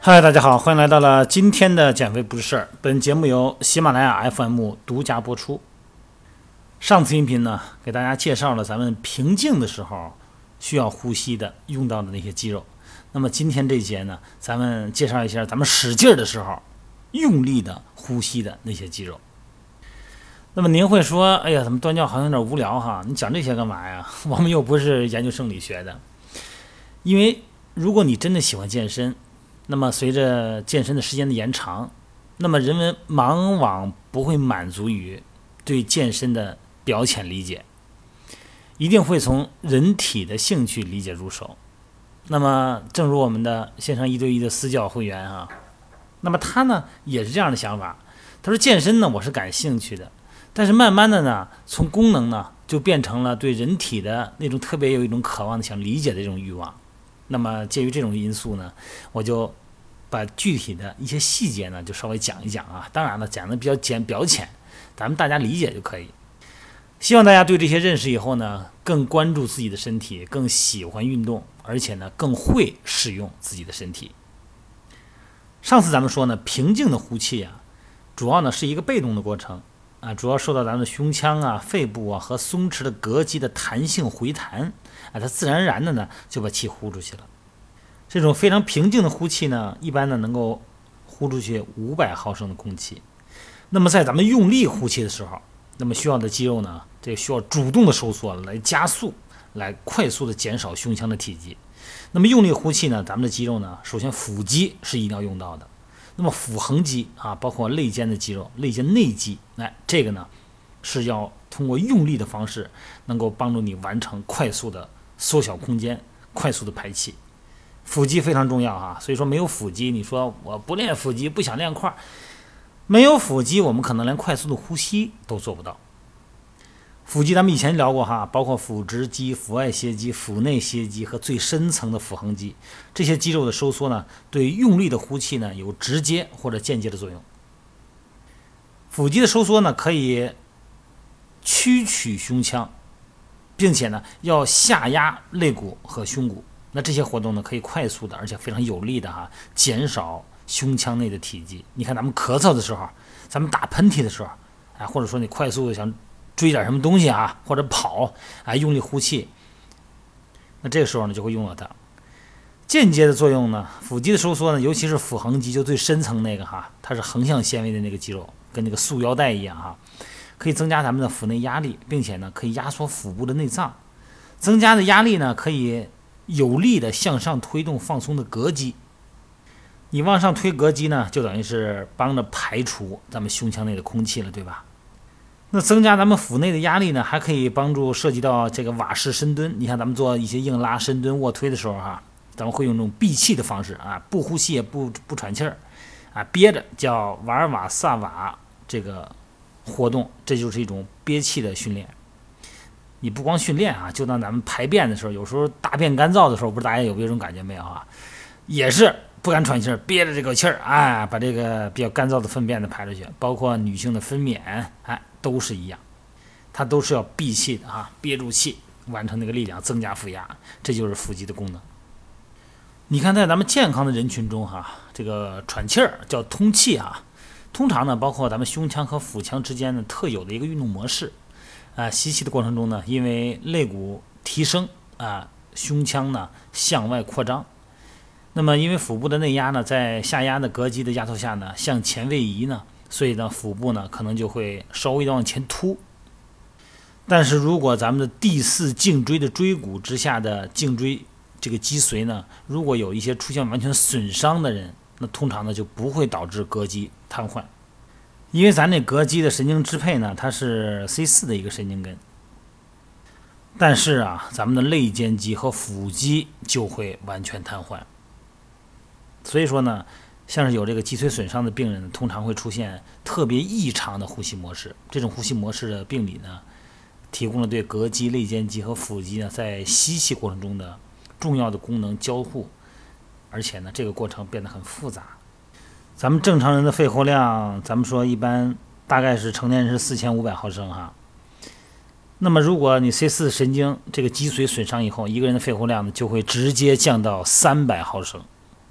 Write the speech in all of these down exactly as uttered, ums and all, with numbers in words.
嗨，大家好，欢迎来到了今天的减肥不是事儿。本节目由喜马拉雅 F M 独家播出。上次音频呢，给大家介绍了咱们平静的时候需要呼吸的用到的那些肌肉。那么今天这节呢，咱们介绍一下咱们使劲的时候用力的呼吸的那些肌肉。那么您会说，哎呀，咱们端教好像有点无聊哈，你讲这些干嘛呀？我们又不是研究生理学的。因为如果你真的喜欢健身，那么随着健身的时间的延长，那么人们往往不会满足于对健身的表浅理解，一定会从人体的兴趣理解入手。那么正如我们的线上一对一的私教会员啊，那么他呢也是这样的想法，他说健身呢我是感兴趣的，但是慢慢的呢从功能呢就变成了对人体的那种特别有一种渴望的想理解的这种欲望。那么介于这种因素呢，我就把具体的一些细节呢就稍微讲一讲啊，当然了讲的比较简表浅，咱们大家理解就可以。希望大家对这些认识以后呢，更关注自己的身体，更喜欢运动，而且呢更会使用自己的身体。上次咱们说呢，平静的呼气啊，主要呢是一个被动的过程啊，主要受到咱们的胸腔啊、肺部啊和松弛的膈肌的弹性回弹啊，它自然而然的呢就把气呼出去了。这种非常平静的呼气呢，一般呢能够呼出去五百毫升的空气。那么在咱们用力呼气的时候，那么需要的肌肉呢，这需要主动的收缩来加速，来快速的减少胸腔的体积。那么用力呼气呢，咱们的肌肉呢，首先腹肌是一定要用到的。那么腹横肌啊，包括肋间的肌肉、肋间内肌，哎，这个呢是要通过用力的方式，能够帮助你完成快速的缩小空间、快速的排气。腹肌非常重要哈，所以说没有腹肌，你说我不练腹肌，不想练块，没有腹肌，我们可能连快速的呼吸都做不到。腹肌咱们以前聊过哈，包括腹直肌、腹外斜肌、腹内斜肌和最深层的腹横肌，这些肌肉的收缩呢，对用力的呼气呢有直接或者间接的作用。腹肌的收缩呢，可以屈曲胸腔，并且呢要下压肋骨和胸骨。那这些活动呢，可以快速的而且非常有力的哈，减少胸腔内的体积。你看咱们咳嗽的时候，咱们打喷嚏的时候，啊，或者说你快速的想追点什么东西啊，或者跑啊，用力呼气，那这个时候呢就会用到它。间接的作用呢，腹肌的收缩呢，尤其是腹横肌，就最深层那个哈，它是横向纤维的那个肌肉，跟那个束腰带一样哈，可以增加咱们的腹内压力，并且呢可以压缩腹部的内脏。增加的压力呢，可以有力的向上推动放松的膈肌。你往上推膈肌呢，就等于是帮着排除咱们胸腔内的空气了，对吧？那增加咱们腹内的压力呢，还可以帮助涉及到这个瓦式深蹲。你看咱们做一些硬拉、深蹲、卧推的时候哈，咱们会用这种闭气的方式啊，不呼吸也不不喘气儿啊，憋着，叫瓦尔瓦萨瓦这个活动，这就是一种憋气的训练。你不光训练啊，就当咱们排便的时候，有时候大便干燥的时候，不知道大家有没有这种感觉没有啊？也是不敢喘气儿，憋着这口气儿，哎，把这个比较干燥的粪便的排出去，包括女性的分娩，哎，都是一样，它都是要闭气的啊，憋住气，完成那个力量，增加腹压，这就是腹肌的功能。你看，在咱们健康的人群中哈，这个喘气儿叫通气哈，通常呢，包括咱们胸腔和腹腔之间呢特有的一个运动模式。啊，吸气的过程中呢，因为肋骨提升啊，胸腔呢向外扩张。那么因为腹部的内压呢，在下压的膈肌的压缩下呢，向前位移呢，所以呢，腹部呢可能就会稍微的往前凸。但是如果咱们的第四颈椎的椎骨之下的颈椎这个脊髓呢，如果有一些出现完全损伤的人，那通常呢就不会导致膈肌瘫痪。因为咱这膈肌的神经支配呢，它是 C 四 的一个神经根，但是啊，咱们的肋间肌和腹肌就会完全瘫痪。所以说呢，像是有这个脊髓损伤的病人，通常会出现特别异常的呼吸模式。这种呼吸模式的病理呢，提供了对膈肌、肋间肌和腹肌呢在吸气过程中的重要的功能交互，而且呢，这个过程变得很复杂。咱们正常人的肺活量，咱们说一般大概是成年人是四千五百毫升哈。那么如果你 C 四 神经这个脊髓损伤以后，一个人的肺活量呢就会直接降到三百毫升。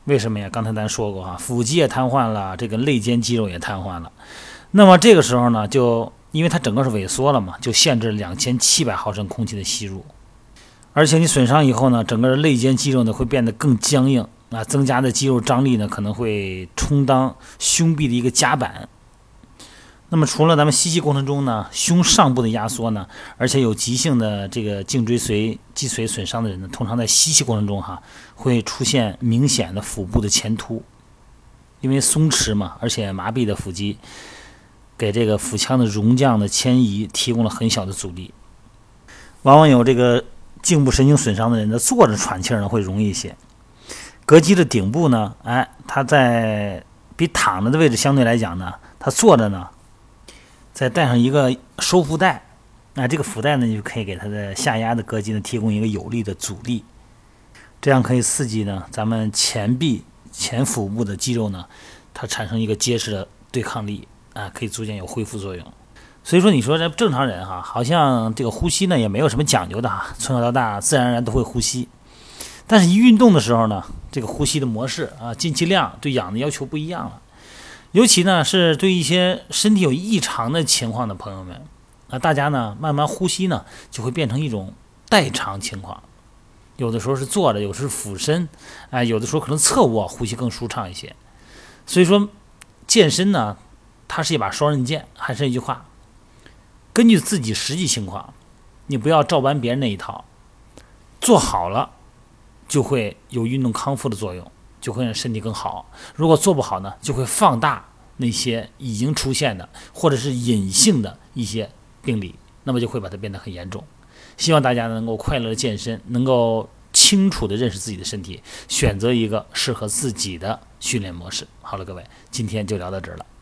为什么呀？刚才咱说过哈，腹肌也瘫痪了，这个肋间肌肉也瘫痪了。那么这个时候呢，就因为它整个是萎缩了嘛，就限制两千七百毫升空气的吸入。而且你损伤以后呢，整个肋间肌肉呢会变得更僵硬啊，增加的肌肉张力呢可能会充当胸壁的一个夹板。那么除了咱们吸气过程中呢，胸上部的压缩呢，而且有急性的这个颈椎髓、脊髓损伤的人呢，通常在吸气过程中哈会出现明显的腹部的前凸，因为松弛嘛，而且麻痹的腹肌给这个腹腔的容降的迁移提供了很小的阻力。往往有这个颈部神经损伤的人呢，坐着喘气呢会容易一些。膈肌的顶部呢，哎，它在比躺着的位置相对来讲呢，它坐着呢。再带上一个收腹带，那、啊、这个腹带呢，就可以给它的下压的膈肌呢提供一个有力的阻力，这样可以刺激呢咱们前臂、前腹部的肌肉呢，它产生一个结实的对抗力啊，可以逐渐有恢复作用。所以说，你说这正常人哈，好像这个呼吸呢也没有什么讲究的哈，从小到大自然而然都会呼吸，但是一运动的时候呢，这个呼吸的模式啊、进气量对氧的要求不一样了。尤其呢是对一些身体有异常的情况的朋友们啊，大家呢慢慢呼吸呢就会变成一种代偿情况，有的时候是坐着，有的时候是俯身，哎，有的时候可能侧卧，呼吸更舒畅一些。所以说健身呢，它是一把双刃剑，还是一句话，根据自己实际情况，你不要照搬别人那一套，做好了就会有运动康复的作用，就会让身体更好。如果做不好呢，就会放大那些已经出现的或者是隐性的一些病理，那么就会把它变得很严重。希望大家能够快乐的健身，能够清楚的认识自己的身体，选择一个适合自己的训练模式。好了，各位，今天就聊到这儿了。